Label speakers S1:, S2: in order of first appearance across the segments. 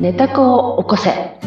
S1: 寝た子を起こせ。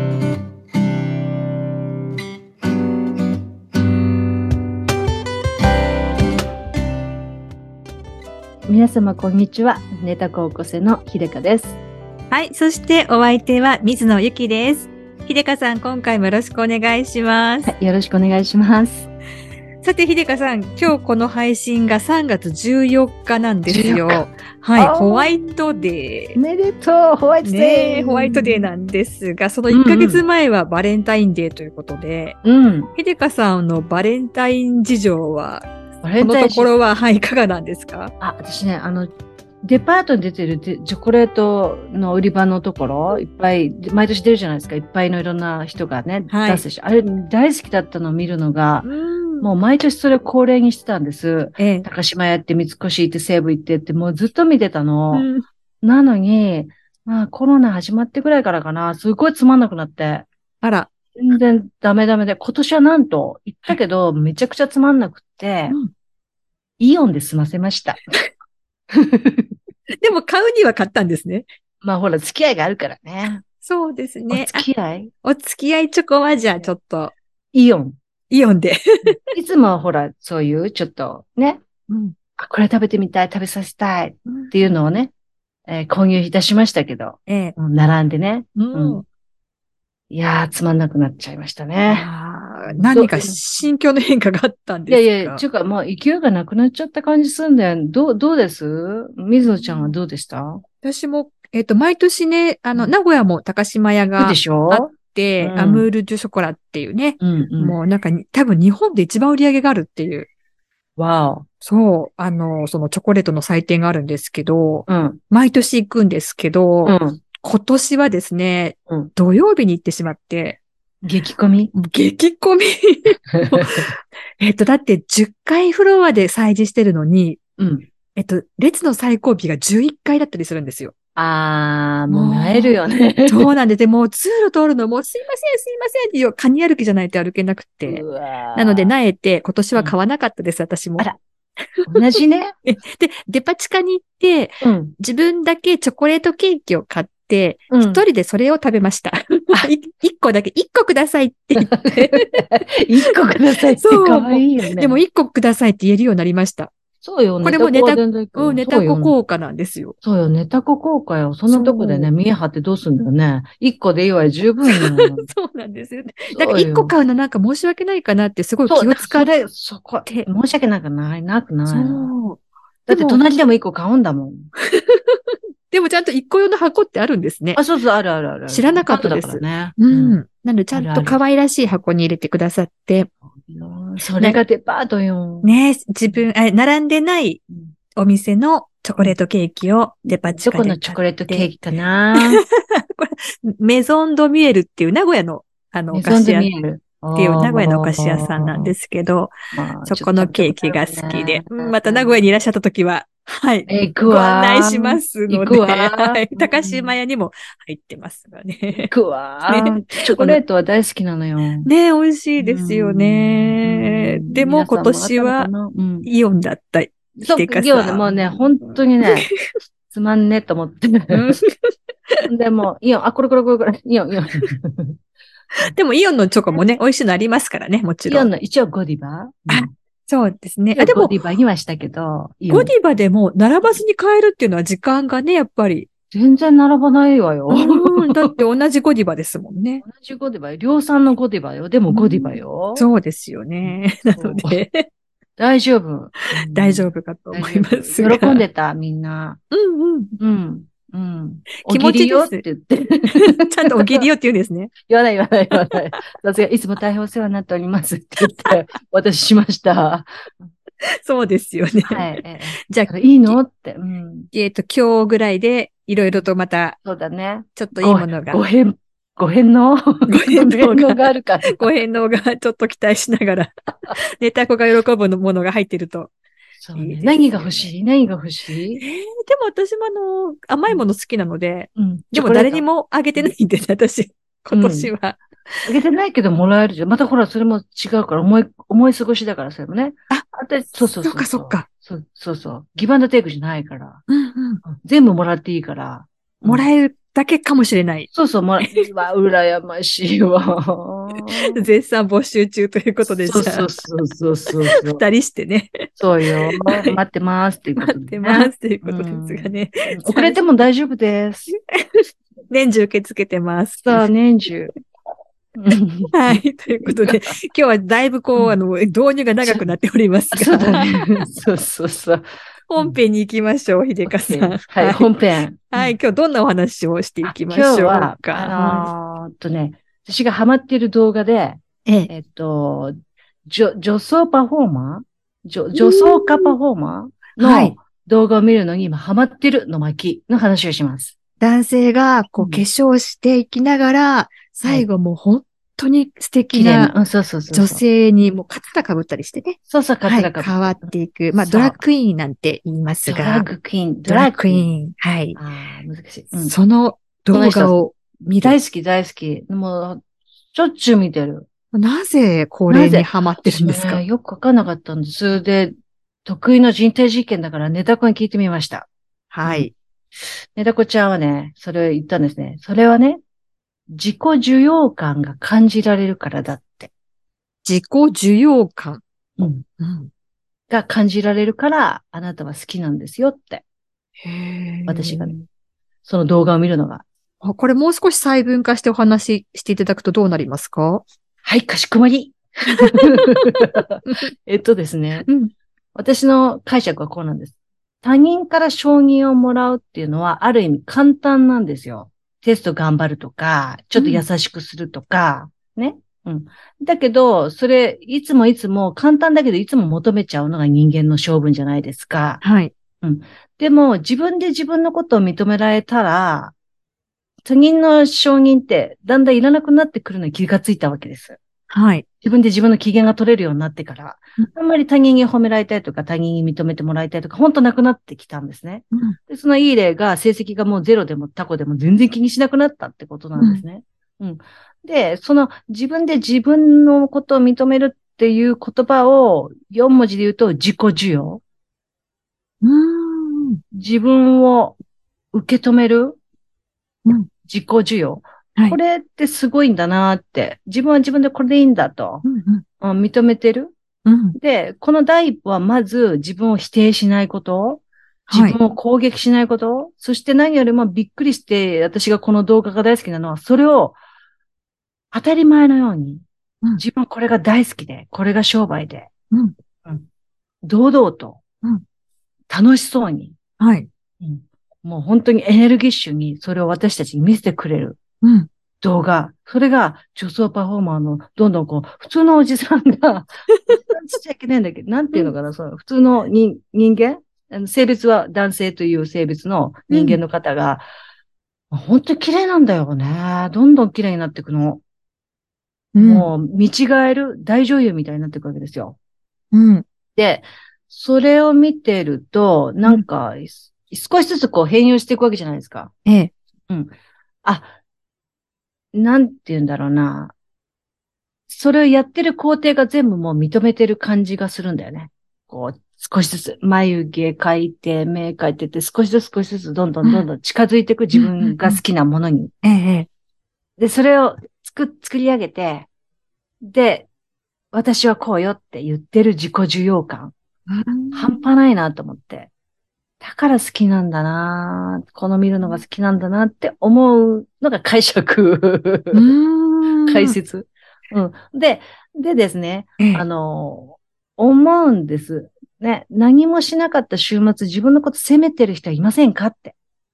S1: 皆様こんにちは。寝た子を起こせの秀香です。
S2: はい。そしてお相手は水野ゆきです。秀香さん、今回もよろしくお願いします。
S1: はい、よろしくお願いします。
S2: さて、秀香さん、今日この配信が3月14日なんですよ。はい。ホワイトデー。
S1: おめでとう、ホワイトデー。
S2: ねえ、ホワイトデーなんですが、その1ヶ月前はバレンタインデーということで、秀香さんのバレンタイン事情は、このところは、はい、いかがなんですか？
S1: 私ね、デパートに出てるチョコレートの売り場のところ、いっぱい、毎年出るじゃないですか。いっぱいのいろんな人がね、
S2: はい、
S1: 出すし、あれ大好きだったのを見るのが、もう毎年それ恒例にしてたんです。高島屋って三越行って西武行ってって、もうずっと見てたの。なのに、コロナ始まってぐらいからかな、すごいつまんなくなって。
S2: あら。
S1: 全然ダメで、今年はなんと行ったけど、めちゃくちゃつまんなくって、イオンで済ませました。
S2: でも買うには買ったんですね。
S1: ほら、付き合いがあるからね。
S2: そうですね。
S1: お付き合い
S2: チョコはじゃあちょっと。
S1: イオンで。いつもほら、そういうちょっとね、これ食べてみたい、食べさせたいっていうのをね、購入いたしましたけど、並んでね。いやー、つまんなくなっちゃいましたね。
S2: 何か心境の変化があったんですか？
S1: いや、ちゅうか、もう勢いがなくなっちゃった感じするんだよ。どうです水野ちゃんはどうでした？
S2: 私も、毎年ね、名古屋も高島屋があって、アムール・デュ・ショコラっていうね、もうなんか多分日本で一番売り上げがあるっていう。
S1: わお。
S2: そう、そのチョコレートの祭典があるんですけど、毎年行くんですけど、今年はですね、土曜日に行ってしまって、
S1: 激混み
S2: だって10階フロアで催事してるのに、列の最後尾が11階だったりするんですよ。
S1: もう萎えるよね。
S2: そうなんです。もう通路通るのもすいませんっていうカニ歩きじゃないと歩けなくて。なので萎えて今年は買わなかったです、私も。
S1: あら。同じね。
S2: で、デパ地下に行って、自分だけチョコレートケーキを買って、一人でそれを食べました。一個だけ、一個くださいって言って。
S1: 一個くださいって可愛いよね。
S2: でも一個くださいって言えるようになりました。
S1: そうよ、
S2: これもネタ子効果なんですよ。
S1: そうよ、ネタ子効果よ。そんなとこでね、見え張ってどうすんだよね。一個でいいわよ、十分よ。
S2: そうなんですよね。なんか一個買うのなんか申し訳ないかなってすごい気を使って。
S1: そこ、申し訳なくない。
S2: そう。
S1: だって隣でも一個買うんだもん。
S2: でもちゃんと一個用の箱ってあるんですね。
S1: そう、ある。
S2: 知らなかったです。
S1: ね。
S2: なのでちゃんと可愛らしい箱に入れてくださって。
S1: それがデパートよ。
S2: ね、並んでないお店のチョコレートケーキをデパ地下で買って。
S1: どこのチョコレートケーキかな
S2: これメゾンドミエルっていう名古屋のお菓子屋っていう名古屋のお菓子屋さんなんですけど、そこのケーキが好きで、また名古屋にいらっしゃった時は、はい。ご案内しますので、はい。高島屋にも入ってますがね。
S1: 行くわ。チョコレートは大好きなのよ。
S2: ね、美味しいですよね。でも今年はイオンだった。
S1: そう、イオンもうね、本当にね、つまんねえと思って。でも、イオン、これ、イオン。
S2: でもイオンのチョコもね、美味しいのありますからね、もちろん。
S1: イオンの一応ゴディバ
S2: そうですね。
S1: でも、ゴディバにはしたけど。
S2: ゴディバでも並ばずに買えるっていうのは時間がね、やっぱり。
S1: 全然並ばないわよ。
S2: だって同じゴディバですもんね。
S1: 同じゴディバよ。量産のゴディバよ。でもゴディバよ。
S2: そうですよね。なので。
S1: 大丈夫。
S2: 大丈夫かと思いますが。
S1: 喜んでた、みんな。
S2: 気持ちよ
S1: って言って。
S2: ちゃんとおぎりよって言うんですね。
S1: 言わない。さすが、いつも大変お世話になっておりますって言って、私しました。
S2: そうですよね。
S1: はい。
S2: じゃあ、
S1: いいのって。
S2: 今日ぐらいで、いろいろとまた、
S1: そうだね。
S2: ちょっといいものが。
S1: ご返納があるから。
S2: ご返納がちょっと期待しながら、ネタ子が喜ぶものが入ってると。
S1: そうね。何が欲しいでも
S2: 私も甘いもの好きなので、でも誰にもあげてないんです、私、今年は。
S1: あげてないけどもらえるじゃん。またほら、それも違うから、思い過ごしだから、それもね。そう。
S2: そっか。
S1: そう。ギブアンドテイクじゃないから。全部もらっていいから。
S2: もらえだけかもしれない。
S1: そうそう、羨ましいわ。
S2: 絶賛募集中ということで、
S1: そう
S2: じゃあ。
S1: そう。
S2: 二人してね。
S1: そうよ。
S2: はい。
S1: 待ってますっていうこ
S2: 待っ
S1: とでね。
S2: てますということですがね。
S1: 遅れても大丈夫です。
S2: 年中受け付けてます。
S1: さあ、年中。
S2: はい。ということで、今日はだいぶ導入が長くなっております
S1: そう
S2: が。
S1: だね。そう。
S2: 本編に行きましょう、秀香さん。
S1: はい、本編。
S2: はい。今日どんなお話をしていきま
S1: 今日
S2: しょう
S1: は、
S2: か。
S1: 私がハマっている動画で、
S2: ええ。
S1: 女装パフォーマー女装家パフォーマーの動画を見るのに今ハマってるの巻の話をします。
S2: 男性が化粧していきながら、最後もう本当に素敵な女性にもうカツラ被ったりしてね。
S1: そう、カツラ被った。
S2: 変わっていく。まあ、ドラッグクイーンなんて言いますが。
S1: ドラッグクイーン。
S2: ドラッグクイーン。はい。
S1: 難しい。
S2: その動画を見る。
S1: 大好き。もう、しょっちゅう見てる。
S2: なぜこれにハマってるんですか？
S1: よくわかんなかったんです。で、得意の人体実験だからネタ子に聞いてみました。
S2: はい。
S1: ネタ子ちゃんはね、それを言ったんですね。それはね、自己需要感が感じられるからだって。
S2: 自己需要感。
S1: が感じられるから、あなたは好きなんですよって。私がね、その動画を見るのが。
S2: これもう少し細分化してお話ししていただくとどうなりますか？
S1: はい、かしこまり。ですね、私の解釈はこうなんです。他人から承認をもらうっていうのは、ある意味簡単なんですよ。テスト頑張るとか、ちょっと優しくするとか、ね。だけど、それ、いつも簡単だけど、いつも求めちゃうのが人間の性分じゃないですか。
S2: はい。
S1: でも、自分で自分のことを認められたら、他人の承認ってだんだんいらなくなってくるのに気がついたわけです。
S2: はい。
S1: 自分で自分の機嫌が取れるようになってから、あんまり他人に褒められたいとか、他人に認めてもらいたいとか、本当なくなってきたんですね。でそのいい例が、成績がもうゼロでもタコでも全然気にしなくなったってことなんですね。で、その自分で自分のことを認めるっていう言葉を4文字で言うと自己需要。自分を受け止める、自己需要。これってすごいんだなって。自分は自分でこれでいいんだと。認めてる。で、この第一歩はまず自分を否定しないこと。自分を攻撃しないこと。そして何よりもびっくりして、私がこの動画が大好きなのは、それを当たり前のように、自分はこれが大好きで、これが商売で、堂々と、楽しそうに、もう本当にエネルギッシュにそれを私たちに見せてくれる動画。それが女装パフォーマーのどんどん普通のおじさんが、ちっちゃいけないんだけど、なんていうのかな、その普通の人間性別は男性という性別の人間の方が、本当に綺麗なんだよね。どんどん綺麗になっていくの。もう見違える大女優みたいになっていくわけですよ。で、それを見てると、なんか、少しずつ変容していくわけじゃないですか。なんて言うんだろうな。それをやってる工程が全部もう認めてる感じがするんだよね。少しずつ眉毛描いて、目描いてって、少しずつどんどん近づいていく自分が好きなものに。で、それを作り上げて、で、私はこうよって言ってる自己需要感。半端ないなと思って。だから好きなんだなこの見るのが好きなんだなって思うのが解釈。解説。でですね、思うんです。ね、何もしなかった週末自分のこと責めてる人はいませんかって。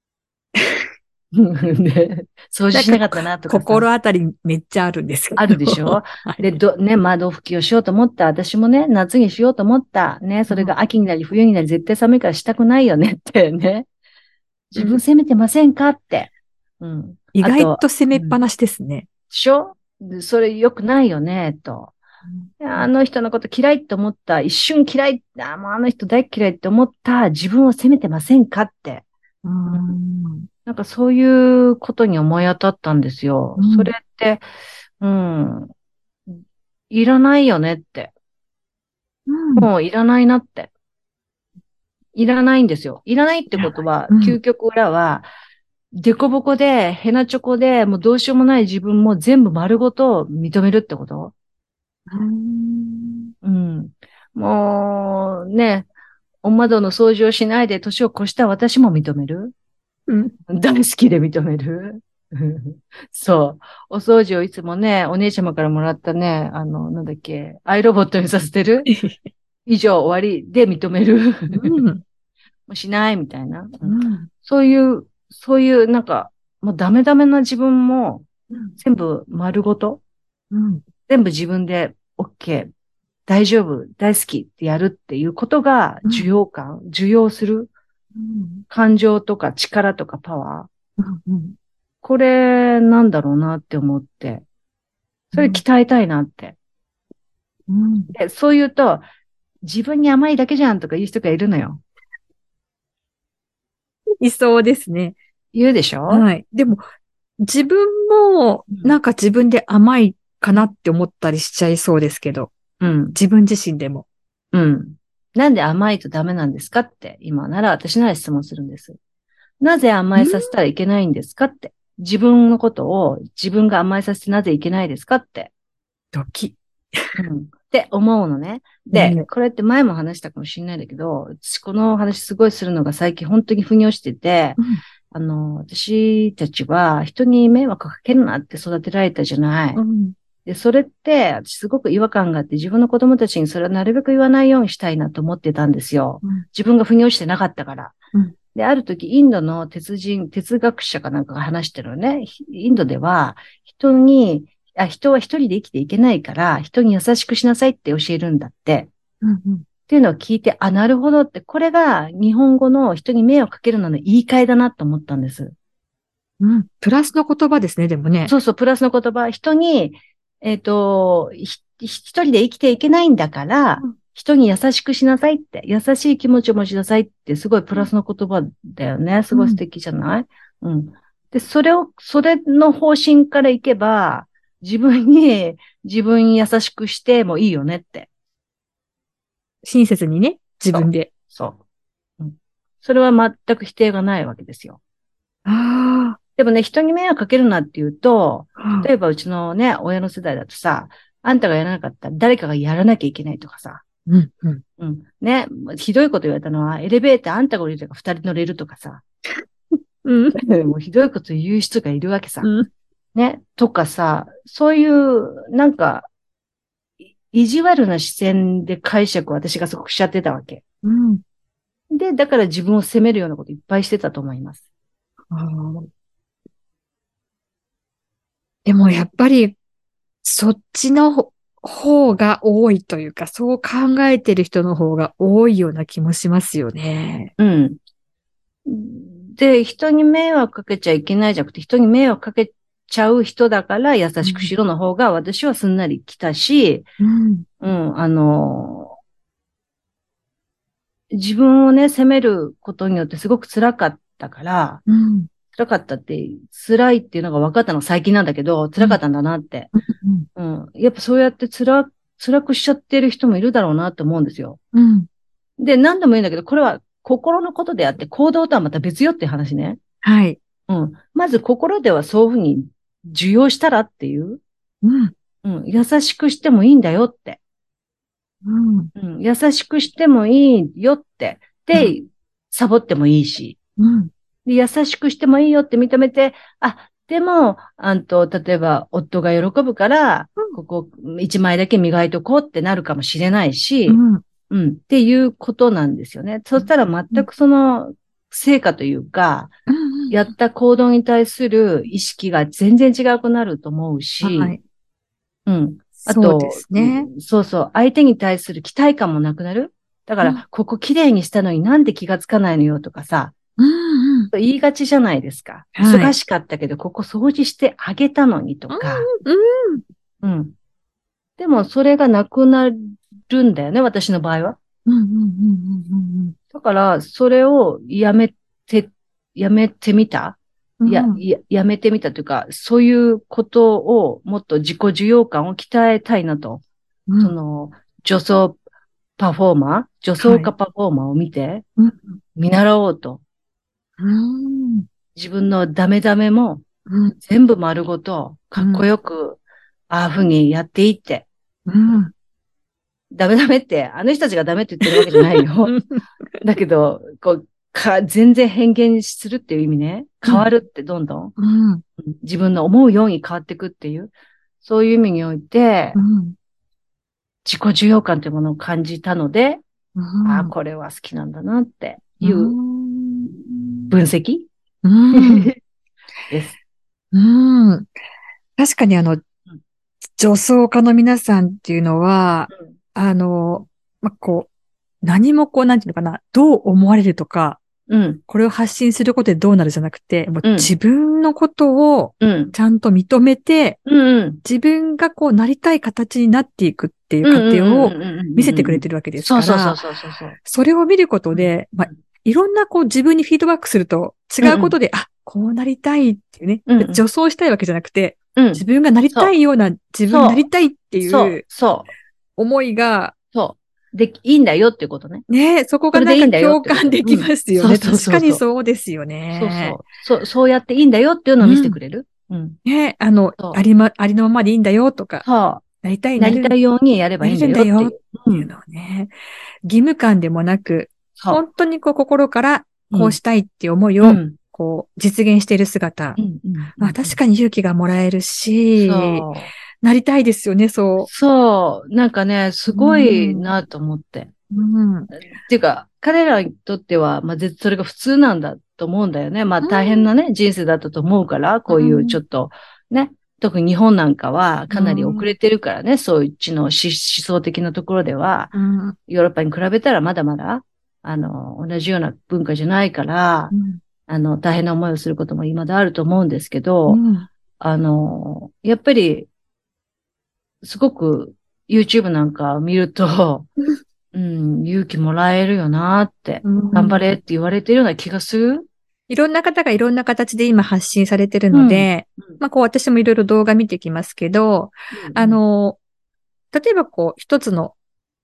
S1: で、掃除しなかったなとか。
S2: 心当たりめっちゃあるんですけど。
S1: あるでしょで、窓拭きをしようと思った。私もね、夏にしようと思った。ね、それが秋になり冬になり絶対寒いからしたくないよねってね。自分責めてませんかって。
S2: 意外と責めっぱなしですね。
S1: でしょそれ良くないよね、と。あの人のこと嫌いって思った。一瞬嫌い。もうあの人大嫌いって思った自分を責めてませんかって。なんかそういうことに思い当たったんですよ。それって、いらないよねって。もういらないなって。いらないんですよ。いらないってことは、究極裏は、 デコボコで、ヘナチョコで、もうどうしようもない自分も全部丸ごと認めるってこと？うん。もう、ね、お窓の掃除をしないで年を越した私も認める。
S2: うん。
S1: 大好きで認める。そう。お掃除をいつもね、お姉ちゃまからもらったね、なんだっけ、アイロボットにさせてる。以上終わりで認める。
S2: うん。
S1: もうしないみたいな。
S2: うん。
S1: そういう、なんか、もうダメダメな自分も、
S2: うん。
S1: 全部丸ごと、
S2: うん。
S1: 全部自分で OK、大丈夫、大好きってやるっていうことが、
S2: うん。
S1: 受容する
S2: うん。
S1: 感情とか力とかパワー。
S2: うん。うん。
S1: これなんだろうなって思って、それ鍛えたいなって。
S2: うん。
S1: で、そう言うと、自分に甘いだけじゃんとか言う人がいるのよ。
S2: いそうですね。
S1: 言うでしょ？
S2: はい。でも、自分も、
S1: うん。
S2: なんか自分で甘いかなって思ったりしちゃいそうですけど、
S1: うん。
S2: 自分自身でも。
S1: うん。なんで甘いとダメなんですかって、今なら私なら質問するんです。なぜ甘えさせたらいけないんですかって。自分のことを自分が甘えさせてなぜいけないですかって。
S2: ドキ。
S1: うん。って思うのね。で、これって前も話したかもしれないんだけど、私この話すごいするのが最近本当に腑に落ちてて、
S2: うん。
S1: 私たちは人に迷惑かけるなって育てられたじゃない。
S2: うん。
S1: で、それって、私すごく違和感があって、自分の子供たちにそれはなるべく言わないようにしたいなと思ってたんですよ。
S2: うん。
S1: 自分が腑に落ちてなかったから。
S2: うん。
S1: で、ある時、インドの哲学者かなんかが話してるのね。インドでは、人は一人で生きていけないから、人に優しくしなさいって教えるんだって。
S2: うん。うん。
S1: っていうのを聞いて、あ、なるほどって、これが日本語の人に迷惑かけるのの言い換えだなと思ったんです。
S2: うん。プラスの言葉ですね、でもね。
S1: そうそう、プラスの言葉。人に、一人で生きていけないんだから、
S2: うん。
S1: 人に優しくしなさいって、優しい気持ちを持ちなさいって、すごいプラスの言葉だよね。す
S2: うん。
S1: ごい素敵じゃない？うん。で、それの方針からいけば、自分に、自分に優しくしてもいいよねって。
S2: 親切にね、自
S1: そう。
S2: 分で。
S1: そう。うん。それは全く否定がないわけですよ。
S2: あ
S1: でもね、人に迷惑かけるなって言うと、
S2: あ。
S1: 例えばうちのね、親の世代だとさ、あんたがやらなかったら誰かがやらなきゃいけないとかさ、
S2: うん。うん。
S1: うん。ね、ひどいこと言われたのは、エレベーターあんたが降りるとか二人乗れるとかさ、
S2: うん。
S1: もうひどいこと言う人がいるわけさ。
S2: うん。
S1: ね、とかさ、そういう、なんか、意地悪な視線で解釈を私がすごくしちゃってたわけ。
S2: うん。
S1: で、だから自分を責めるようなこといっぱいしてたと思います。
S2: ああ。でもやっぱり、そっちの方が多いというか、そう考えてる人の方が多いような気もしますよね。
S1: うん。で、人に迷惑かけちゃいけないじゃなくて、人に迷惑かけちゃう人だから優
S2: うん。
S1: しくしろの方が私はすんなり来たし、
S2: うん。
S1: うん、自分をね、責めることによってすごく辛かったから、
S2: うん。
S1: 辛かったって、辛いっていうのが分かったのは最近なんだけど、
S2: うん。
S1: 辛かったんだなって。
S2: うん。
S1: うん。やっぱそうやって辛くしちゃってる人もいるだろうなって思うんですよ。
S2: うん。
S1: で、何度も言うんだけど、これは心のことであって行動とはまた別よっていう話ね。
S2: はい。
S1: うん。まず心ではそういうふうに受容したらっていう。
S2: うん。
S1: うん。優しくしてもいいんだよって。
S2: うん。
S1: うん。優しくしてもいいよって。
S2: うん。
S1: で、サボってもいいし。
S2: うん。
S1: で優しくしてもいいよって認めて、あ、でも、例えば、夫が喜ぶから、ここ、一枚だけ磨いとこうってなるかもしれないし、
S2: うん。
S1: うん、っていうことなんですよね。そしたら
S2: うん。
S1: 全くその、成果というか、
S2: うん。
S1: やった行動に対する意識が全然違くなると思うし、
S2: はい。
S1: うん。あ
S2: そうで
S1: と、
S2: すね。
S1: そうそう、相手に対する期待感もなくなる。だか
S2: うん。
S1: ら、ここ綺麗にしたのになんで気がつかないのよとかさ、
S2: うん。うん。
S1: 言いがちじゃないですか。
S2: はい。
S1: 忙しかったけど、ここ掃除してあげたのにと
S2: うん。
S1: か。
S2: うん。
S1: うん。でも、それがなくなるんだよね、私の場合は。
S2: うん。うん。うん。
S1: だから、それをやめてみた。
S2: うん。
S1: やめてみたというか、そういうことをもっと自己需要感を鍛えたいなと。
S2: うん。
S1: その、女装
S2: はい。
S1: 家パフォーマーを見て、
S2: うん。
S1: 見習おうと。
S2: うん。
S1: 自分のダメダメも、全部丸ごと、かっこよく、ああいうふうにやっていって。ダメダメって、あの人たちがダメって言ってるわけじゃないよ。だけど、全然変幻するっていう意味ね。変わるってどんどん。自分の思うように変わっていくっていう。そういう意味において、自己重要感というものを感じたので、ああ、これは好きなんだなっていう分析です。
S2: 確かに女装家の皆さんっていうのは、何もなんていうのかな、どう思われるとか、これを発信することでどうなるじゃなくて、もう自分のことをちゃんと認めて、自分がなりたい形になっていくっていう過程を見せてくれてるわけですから、それを見ることで、いろんな自分にフィードバックすると違うことで、こうなりたいっていうね、女装したいわけじゃなくて、自分がなりたいような自分になりたいっていう思いが、
S1: で、いいんだよっていうことね。
S2: ね、そこがなんか共感できますよね。確かにそうですよね。
S1: そうやっていいんだよっていうのを見せてくれる。
S2: ね、ありのままでいいんだよとか。なりたい
S1: ようにやればいいんだよって
S2: いうのをね。義務感でもなく、本当に心からこうしたいっていう思いを、実現している姿。確かに勇気がもらえるし、なりたいですよね、そう。
S1: そう。なんかね、すごいなと思って。っていうか、彼らにとっては、それが普通なんだと思うんだよね。大変なね、人生だったと思うから、こういうちょっと、ね、特に日本なんかはかなり遅れてるからね、そういう知の思想的なところでは、ヨーロッパに比べたらまだまだ、同じような文化じゃないから、大変な思いをすることも未だあると思うんですけど、やっぱり、すごく YouTube なんか見ると、勇気もらえるよなって、頑張れって言われてるような気がする。
S2: いろんな方がいろんな形で今発信されてるので、私もいろいろ動画見てきますけど、例えば一つの、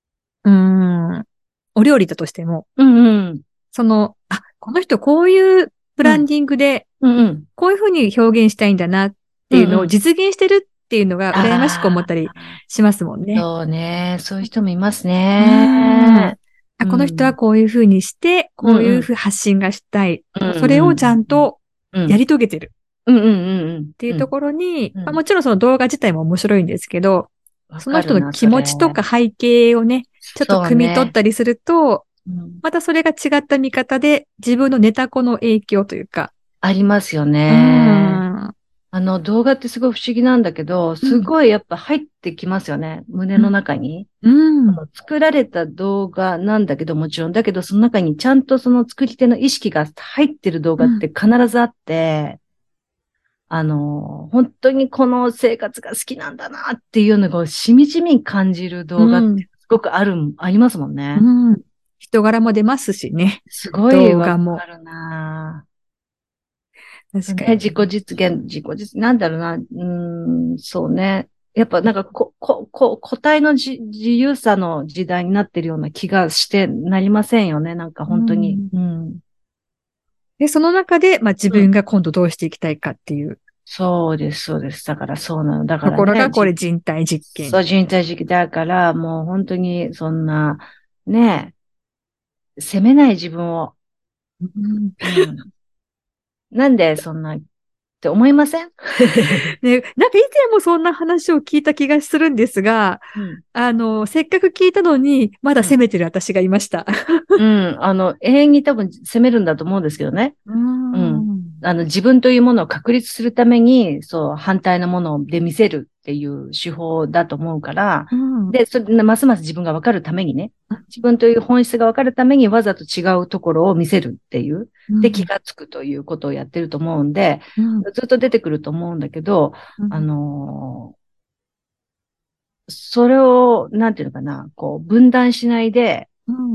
S2: お料理だとしても、この人こういうブランディングで、こういうふうに表現したいんだなっていうのを実現してるっていうのが羨ましく思ったりしますもんね。
S1: そうね。そういう人もいますね。
S2: この人はこういうふうにして、こういうふう発信がしたい。それをちゃんとやり遂げてる。っていうところに、もちろんその動画自体も面白いんですけど、その人の気持ちとか背景をね、ちょっと汲み取ったりすると、またそれが違った見方で自分のネタ子の影響というか。
S1: ありますよね。動画ってすごい不思議なんだけど、すごいやっぱ入ってきますよね。胸の中に。作られた動画なんだけど、もちろん。だけど、その中にちゃんとその作り手の意識が入ってる動画って必ずあって、本当にこの生活が好きなんだなっていうのがしみじみ感じる動画ってすごくありますもんね。
S2: 人柄も出ますしね。
S1: すごいわかるな確かに。自己実現、なんだろうな、そうね。やっぱなんか個体の自由さの時代になってるような気がしてなりませんよね。なんか本当に。
S2: で、その中で、自分が今度どうしていきたいかっていう。
S1: そうです、そうです。だからそうなの。だからね。
S2: ところがこれ人体実験。
S1: そう、人体実験。だから、もう本当にそんな、ね、責めない自分を。なんでそんなって思いません
S2: ね、なんか以前もそんな話を聞いた気がするんですが、せっかく聞いたのに、まだ責めてる私がいました。
S1: 永遠に多分責めるんだと思うんですけどね。自分というものを確立するために、そう、反対のもので見せるっていう手法だと思うから、で、ますます自分がわかるためにね、自分という本質がわかるためにわざと違うところを見せるっていう、で、気がつくということをやってると思うんで、ずっと出てくると思うんだけど、それを、なんていうのかな、分断しないで、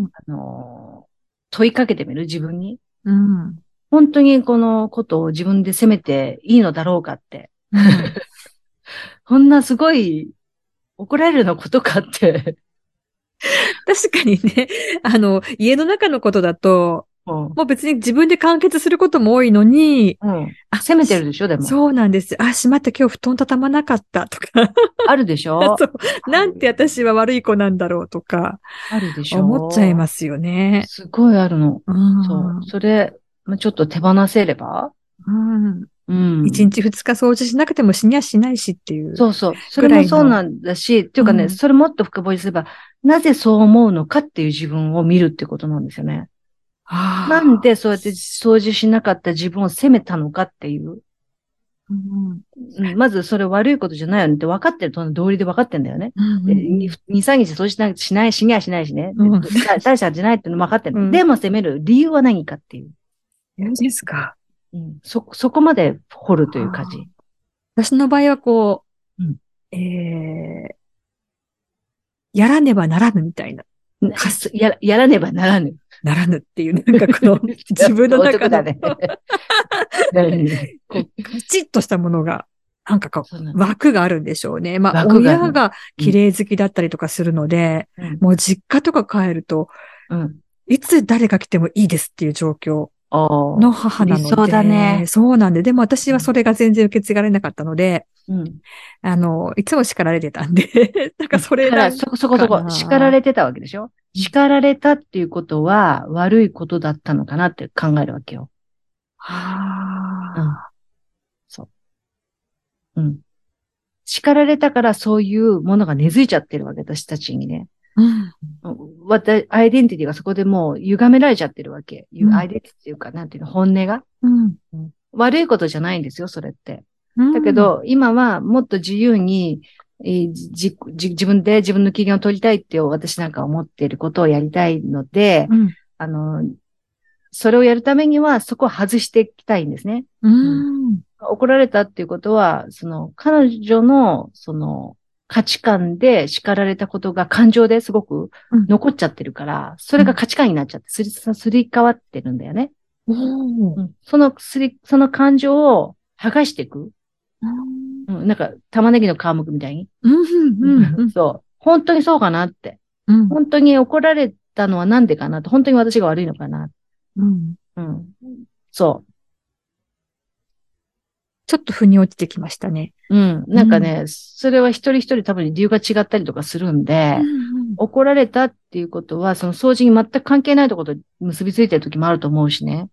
S1: 問いかけてみる、自分に。本当にこのことを自分で責めていいのだろうかって。こんなすごい怒られるようなことかって。
S2: 確かにね、家の中のことだと、 もう別に自分で完結することも多いのに、
S1: 責めてるでしょ、でも。
S2: そうなんです。しまった、今日布団畳まなかったとか。
S1: あるでしょ
S2: そう。なんて私は悪い子なんだろうとか。
S1: あるでしょ
S2: 思っちゃいますよね。
S1: すごいあるの。そう。それ、ちょっと手放せれば
S2: 1日2日掃除しなくても死にはしないしっていう。
S1: そうそう。それもそうなんだし、っていうかね、それもっと深掘りすれば、なぜそう思うのかっていう自分を見るってことなんですよね。なんでそうやって掃除しなかった自分を責めたのかっていう。まずそれ悪いことじゃないよねって分かってると道理で分かってんだよね。2、3日掃除しないしね。大したじゃないっての分かってる。でも責める理由は何かっていう。
S2: 何ですか。
S1: そこまで掘るという感じ。
S2: 私の場合はこう、やらねばならぬみたいな。
S1: やらねばならぬ。
S2: ならぬっていう、なんかこの自分の中の
S1: ね、
S2: こうカチッとしたものが、なんかこう、枠があるんでしょうね。まあ、親が綺麗好きだったりとかするので、もう実家とか帰ると、いつ誰が来てもいいですっていう状況の母なので。
S1: そうだね。
S2: そうなんで、でも私はそれが全然受け継がれなかったので、いつも叱られてたんで、なんかそれなんか
S1: そこ、叱られてたわけでしょ？叱られたっていうことは悪いことだったのかなって考えるわけよ。そう。叱られたからそういうものが根付いちゃってるわけ、私たちにね。アイデンティティがそこでもう歪められちゃってるわけ。アイデンティティっていうか、なんていうの、本音が。悪いことじゃないんですよ、それって。だけど、今はもっと自由に、自分で自分の機嫌を取りたいって私なんか思っていることをやりたいので、それをやるためにはそこを外していきたいんですね。怒られたっていうことは、彼女の、価値観で叱られたことが感情ですごく残っちゃってるから、それが価値観になっちゃって、すり替わってるんだよね。その感情を剥がしていく。なんか、玉ねぎの皮むくみたいに。そう。本当にそうかなって。本当に怒られたのはなんでかなって。本当に私が悪いのかな。そう。
S2: ちょっと腑に落ちてきましたね。
S1: なんかね、それは一人一人多分理由が違ったりとかするんで、怒られたっていうことは、その掃除に全く関係ないところと結びついてる時もあると思うしね。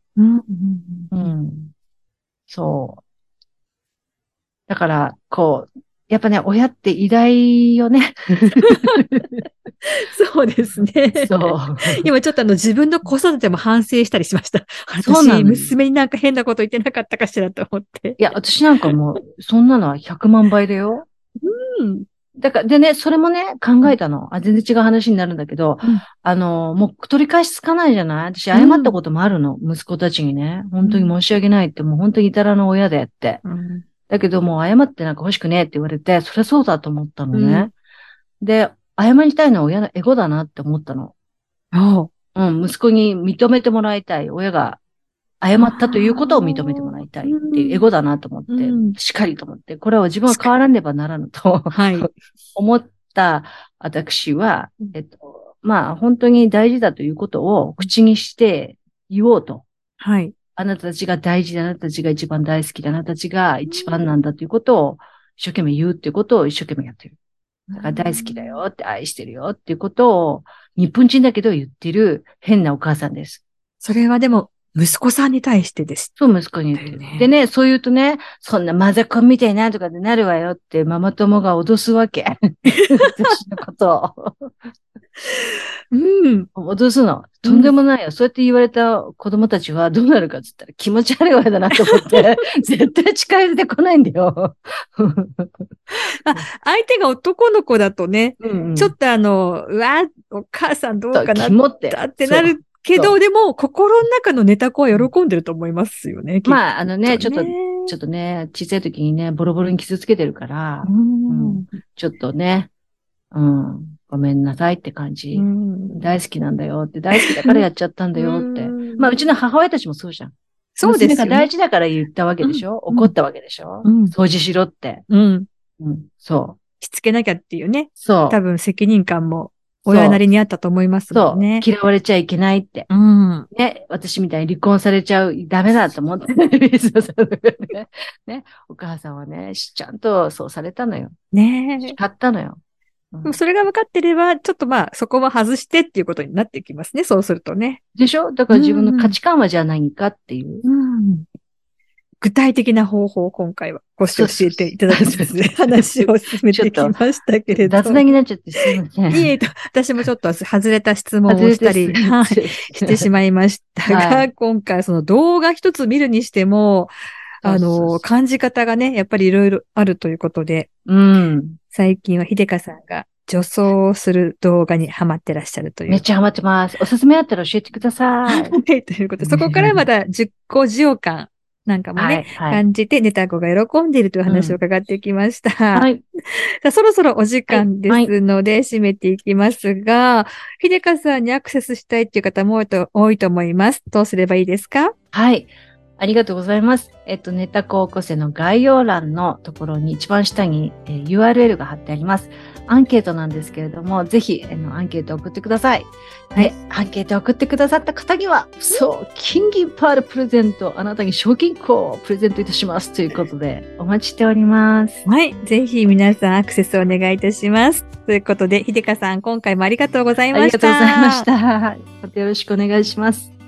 S1: そう。だから、やっぱね、親って偉大よね。
S2: そうですね。そう。今ちょっと自分の子育ても反省したりしました。私、娘になんか変なこと言ってなかったかしらと思って。
S1: いや、私なんかもう、そんなのは100万倍だよ。だから、でね、それもね、考えたの。全然違う話になるんだけど、もう取り返しつかないじゃない？私、謝ったこともあるの。息子たちにね。本当に申し訳ないって、もう本当に至らぬ親でって。だけど、もう謝ってなんか欲しくねえって言われて、そりゃそうだと思ったのね。で、謝りたいのは親のエゴだなって思ったの。息子に認めてもらいたい。親が謝ったということを認めてもらいたいっていうエゴだなと思って、しっかりと思って、これは自分は変わらねばならぬと思った私は、まあ本当に大事だということを口にして言おうと。あなたたちが大事だ、あなたたちが一番大好きだ、あなたたちが一番なんだということを一生懸命言うっていうことを一生懸命やってる。だから大好きだよって愛してるよっていうことを日本人だけど言ってる変なお母さんです。
S2: それはでも息子さんに対してです。
S1: そう、息子に言ってる。でね、そう言うとね、そんなマザコンみたいなとかでなるわよってママ友が脅すわけ。私のことを。脅すの。とんでもないよ。そうやって言われた子供たちはどうなるかって言ったら気持ち悪い親だなと思って、絶対近寄ってこないんだよ。
S2: 相手が男の子だとね、ちょっとうわ、お母さんどうかなってなるけど、でも心の中のネタ子は喜んでると思いますよね。
S1: まあ、ちょっとね、小さい時にね、ボロボロに傷つけてるから、ちょっとね、ごめんなさいって感じ。大好きなんだよって、大好きだからやっちゃったんだよって。まあ、うちの母親たちもそうじゃん。
S2: そうですよね。
S1: 娘が大事だから言ったわけでしょ？怒ったわけでしょ？掃除しろって。そう。
S2: しつけなきゃっていうね。
S1: そう。
S2: 多分責任感も親なりにあったと思いますもんね。
S1: そう。嫌われちゃいけないって。
S2: うん。
S1: ね、私みたいに離婚されちゃう、ダメだと思って、水野さんがね。ね、お母さんはね、ちゃんとそうされたのよ。
S2: ねえ。
S1: 叱ったのよ。
S2: うん、それが分かってれば、ちょっとそこは外してっていうことになってきますね。そうするとね。
S1: でしょ？だから自分の価値観はじゃあ何かっていう。
S2: 具体的な方法を今回はご教えていただきつつ話を進めてきましたけれど。
S1: 雑談になっちゃってすいません。
S2: いえ、私もちょっと外れた質問をしたり、してしまいましたが、今回その動画一つ見るにしても、感じ方がね、やっぱりいろいろあるということで、最近は秀香さんが女装する動画にハマってらっしゃるという。
S1: めっちゃハマってます。おすすめあったら教えてください。
S2: はい、ということで、そこからまた10個10感なんかもね、感じてネタ子が喜んでいるという話を伺ってきました。はい。そろそろお時間ですので、締めていきますが、秀香さんにアクセスしたいっていう方も多いと思います。どうすればいいですか？
S1: はい。ありがとうございます。ネタ高校生の概要欄のところに一番下に、URL が貼ってあります。アンケートなんですけれども、ぜひ、アンケートを送ってください。はい。アンケートを送ってくださった方には、そう、金銀パールプレゼント、あなたに賞金庫をプレゼントいたします。ということで、お待ちしております。
S2: はい。ぜひ皆さんアクセスお願いいたします。ということで、秀香さん、今回もありがとうございました。
S1: ありがとうございました。またよろしくお願いします。